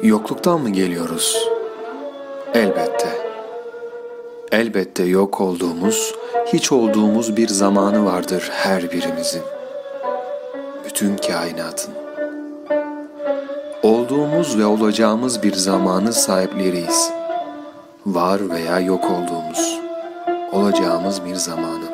Yokluktan mı geliyoruz? Elbette. Elbette yok olduğumuz, hiç olduğumuz bir zamanı vardır her birimizin. Bütün kainatın. Olduğumuz ve olacağımız bir zamanı sahipleriyiz. Var veya yok olduğumuz, olacağımız bir zamanı.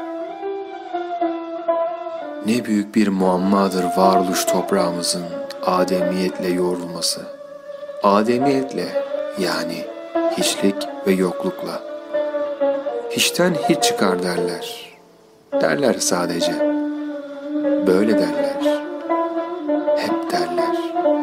Ne büyük bir muammadır varoluş toprağımızın ademiyetle yoğrulması. Ademiyetle, yani hiçlik ve yoklukla. Hiçten hiç çıkar derler. Derler sadece. Böyle derler. Hep derler.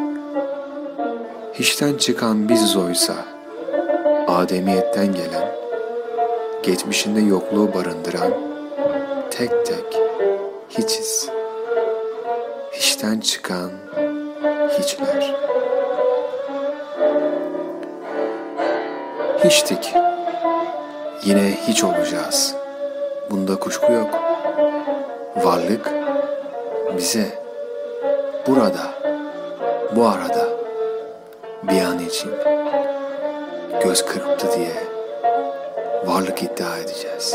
Hiçten çıkan biziz oysa, ademiyetten gelen, geçmişinde yokluğu barındıran, tek tek hiçiz. Hiçten çıkan hiçler. Hiçtik. Yine hiç olacağız. Bunda kuşku yok. Varlık bize, burada, bu arada, bir an için göz kırptı diye varlık iddia edeceğiz.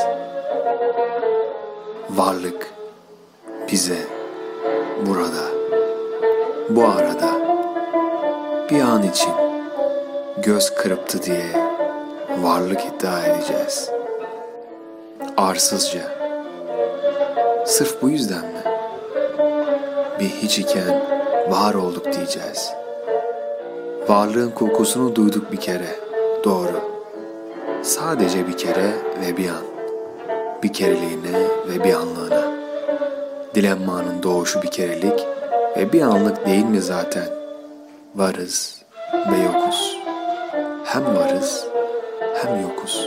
Varlık bize, burada, bu arada, bir an için göz kırptı diye varlık iddia edeceğiz. Arsızca. Sırf bu yüzden mi? Bir hiç iken var olduk diyeceğiz. Varlığın kokusunu duyduk bir kere. Doğru. Sadece bir kere ve bir an. Bir kereliğine ve bir anlığına. Dilemmanın doğuşu bir kerelik ve bir anlık değil mi zaten? Varız ve yokuz. Hem varız hem yokuz.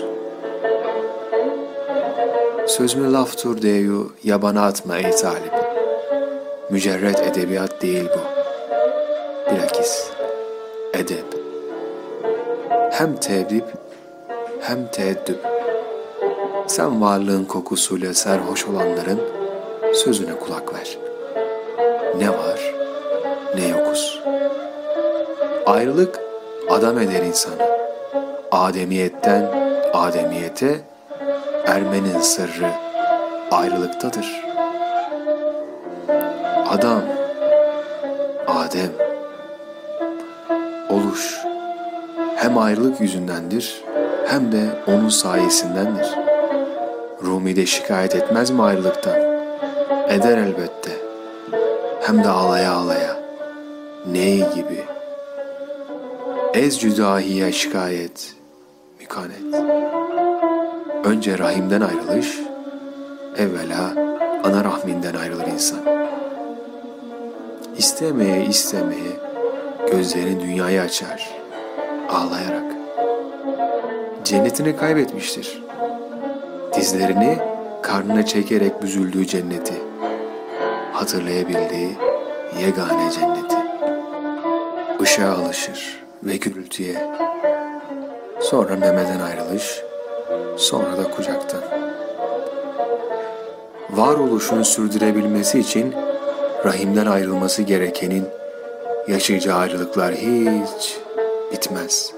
Sözümü laftur deyu yabana atma ey talip. Mücerret edebiyat değil bu. Bilakis edep. Hem tedbip hem teeddüp. Sen varlığın kokusuyla serhoş olanların sözüne kulak ver. Ne var ne yokuz. Ayrılık adam eder insanı. Ademiyetten ademiyete ermenin sırrı ayrılıktadır. Adam, Adem, oluş hem ayrılık yüzündendir hem de onun sayesindendir. Rumi de şikayet etmez mi ayrılıktan? Eder elbette. Hem de ağlaya ağlaya. Ney gibi? Ez cüdahiye şikayet, mikanet. Önce rahimden ayrılış, evvela ana rahminden ayrılır insan. İstemeye istemeye gözlerini dünyaya açar, ağlayarak. Cennetini kaybetmiştir. Dizlerini karnına çekerek büzüldüğü cenneti, hatırlayabildiği yegane cenneti. Işığa alışır ve gürültüye. Sonra memeden ayrılış, sonra da kucaktan. Varoluşunu sürdürebilmesi için rahimden ayrılması gerekenin yaşayacağı ayrılıklar hiç bitmez.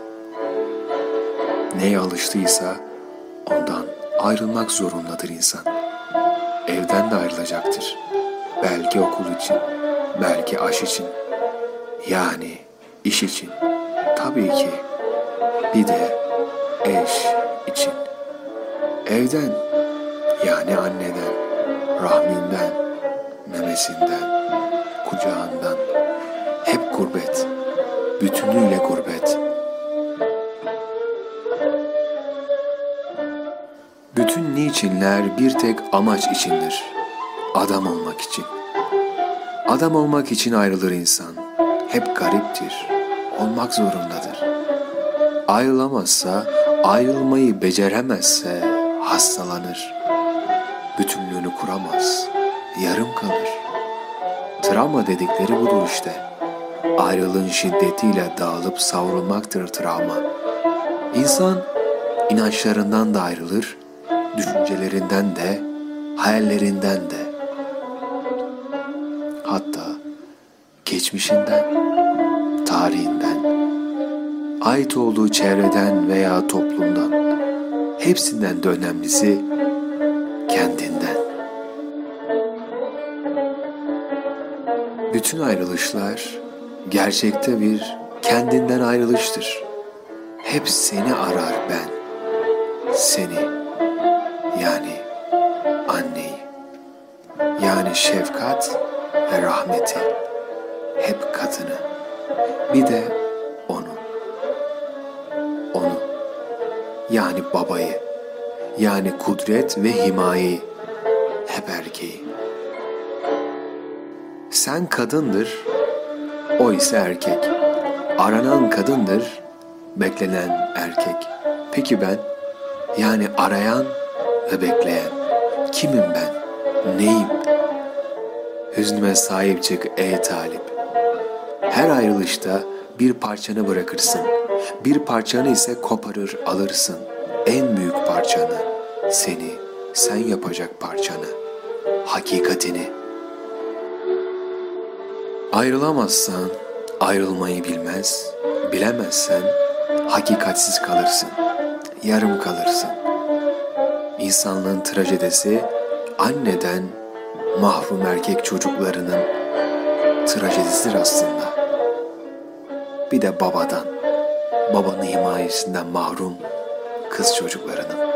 Neye alıştıysa ondan ayrılmak zorundadır insan. Evden de ayrılacaktır. Belki okul için, belki aş için. Yani iş için. Tabii ki. Bir de eş için. Evden, yani anneden, rahminden, memesinden, kucağından. Hep gurbet. Bütünüyle gurbet. Bütün niçinler bir tek amaç içindir. Adam olmak için. Adam olmak için ayrılır insan. Hep gariptir. Olmak zorundadır. Ayrılamazsa, ayrılmayı beceremezse hastalanır. Bütünlüğünü kuramaz. Yarım kalır. Travma dedikleri budur işte. Ayrılığın şiddetiyle dağılıp savrulmaktır travma. İnsan inançlarından da ayrılır, düşüncelerinden de, hayallerinden de. Hatta geçmişinden, tarihinden, ait olduğu çevreden veya toplumdan, hepsinden de önemlisi kendinden. Bütün ayrılışlar gerçekte bir kendinden ayrılıştır. Hep seni arar ben, seni, yani anneyi, yani şefkat ve rahmeti, hep kadını, bir de onu, yani babayı, yani kudret ve himayeyi, hep erkeği. Sen kadındır, o ise erkek. Aranan kadındır, beklenen erkek. Peki ben, yani arayan ve bekleyen, kimim ben, neyim? Hüznüme sahip çık ey talip. Her ayrılışta bir parçanı bırakırsın, bir parçanı ise koparır alırsın. En büyük parçanı, seni, sen yapacak parçanı, hakikatini. Ayrılamazsan ayrılmayı bilmez, bilemezsen hakikatsiz kalırsın, yarım kalırsın. İnsanlığın trajedisi anneden mahrum erkek çocuklarının trajedisidir aslında. Bir de babanın himayesinden mahrum kız çocuklarının.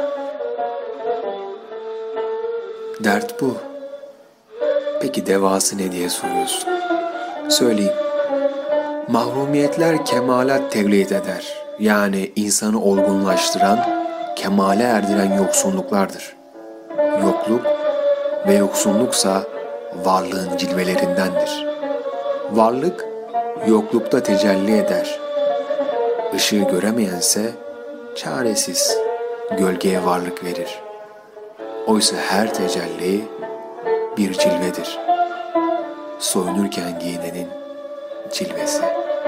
Dert bu. Peki devası ne diye soruyorsun? Söyleyeyim. Mahrumiyetler kemalat tevlid eder. Yani insanı olgunlaştıran, kemale erdiren yoksunluklardır. Yokluk ve yoksunluksa varlığın cilvelerindendir. Varlık yoklukta tecelli eder. Işığı göremeyense çaresiz, gölgeye varlık verir. Oysa her tecelli bir cilvedir. Soyunurken giyinenin cilvesi.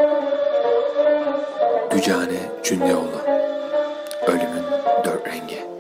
Dücane Cündeoğlu. Ölümün dört rengi.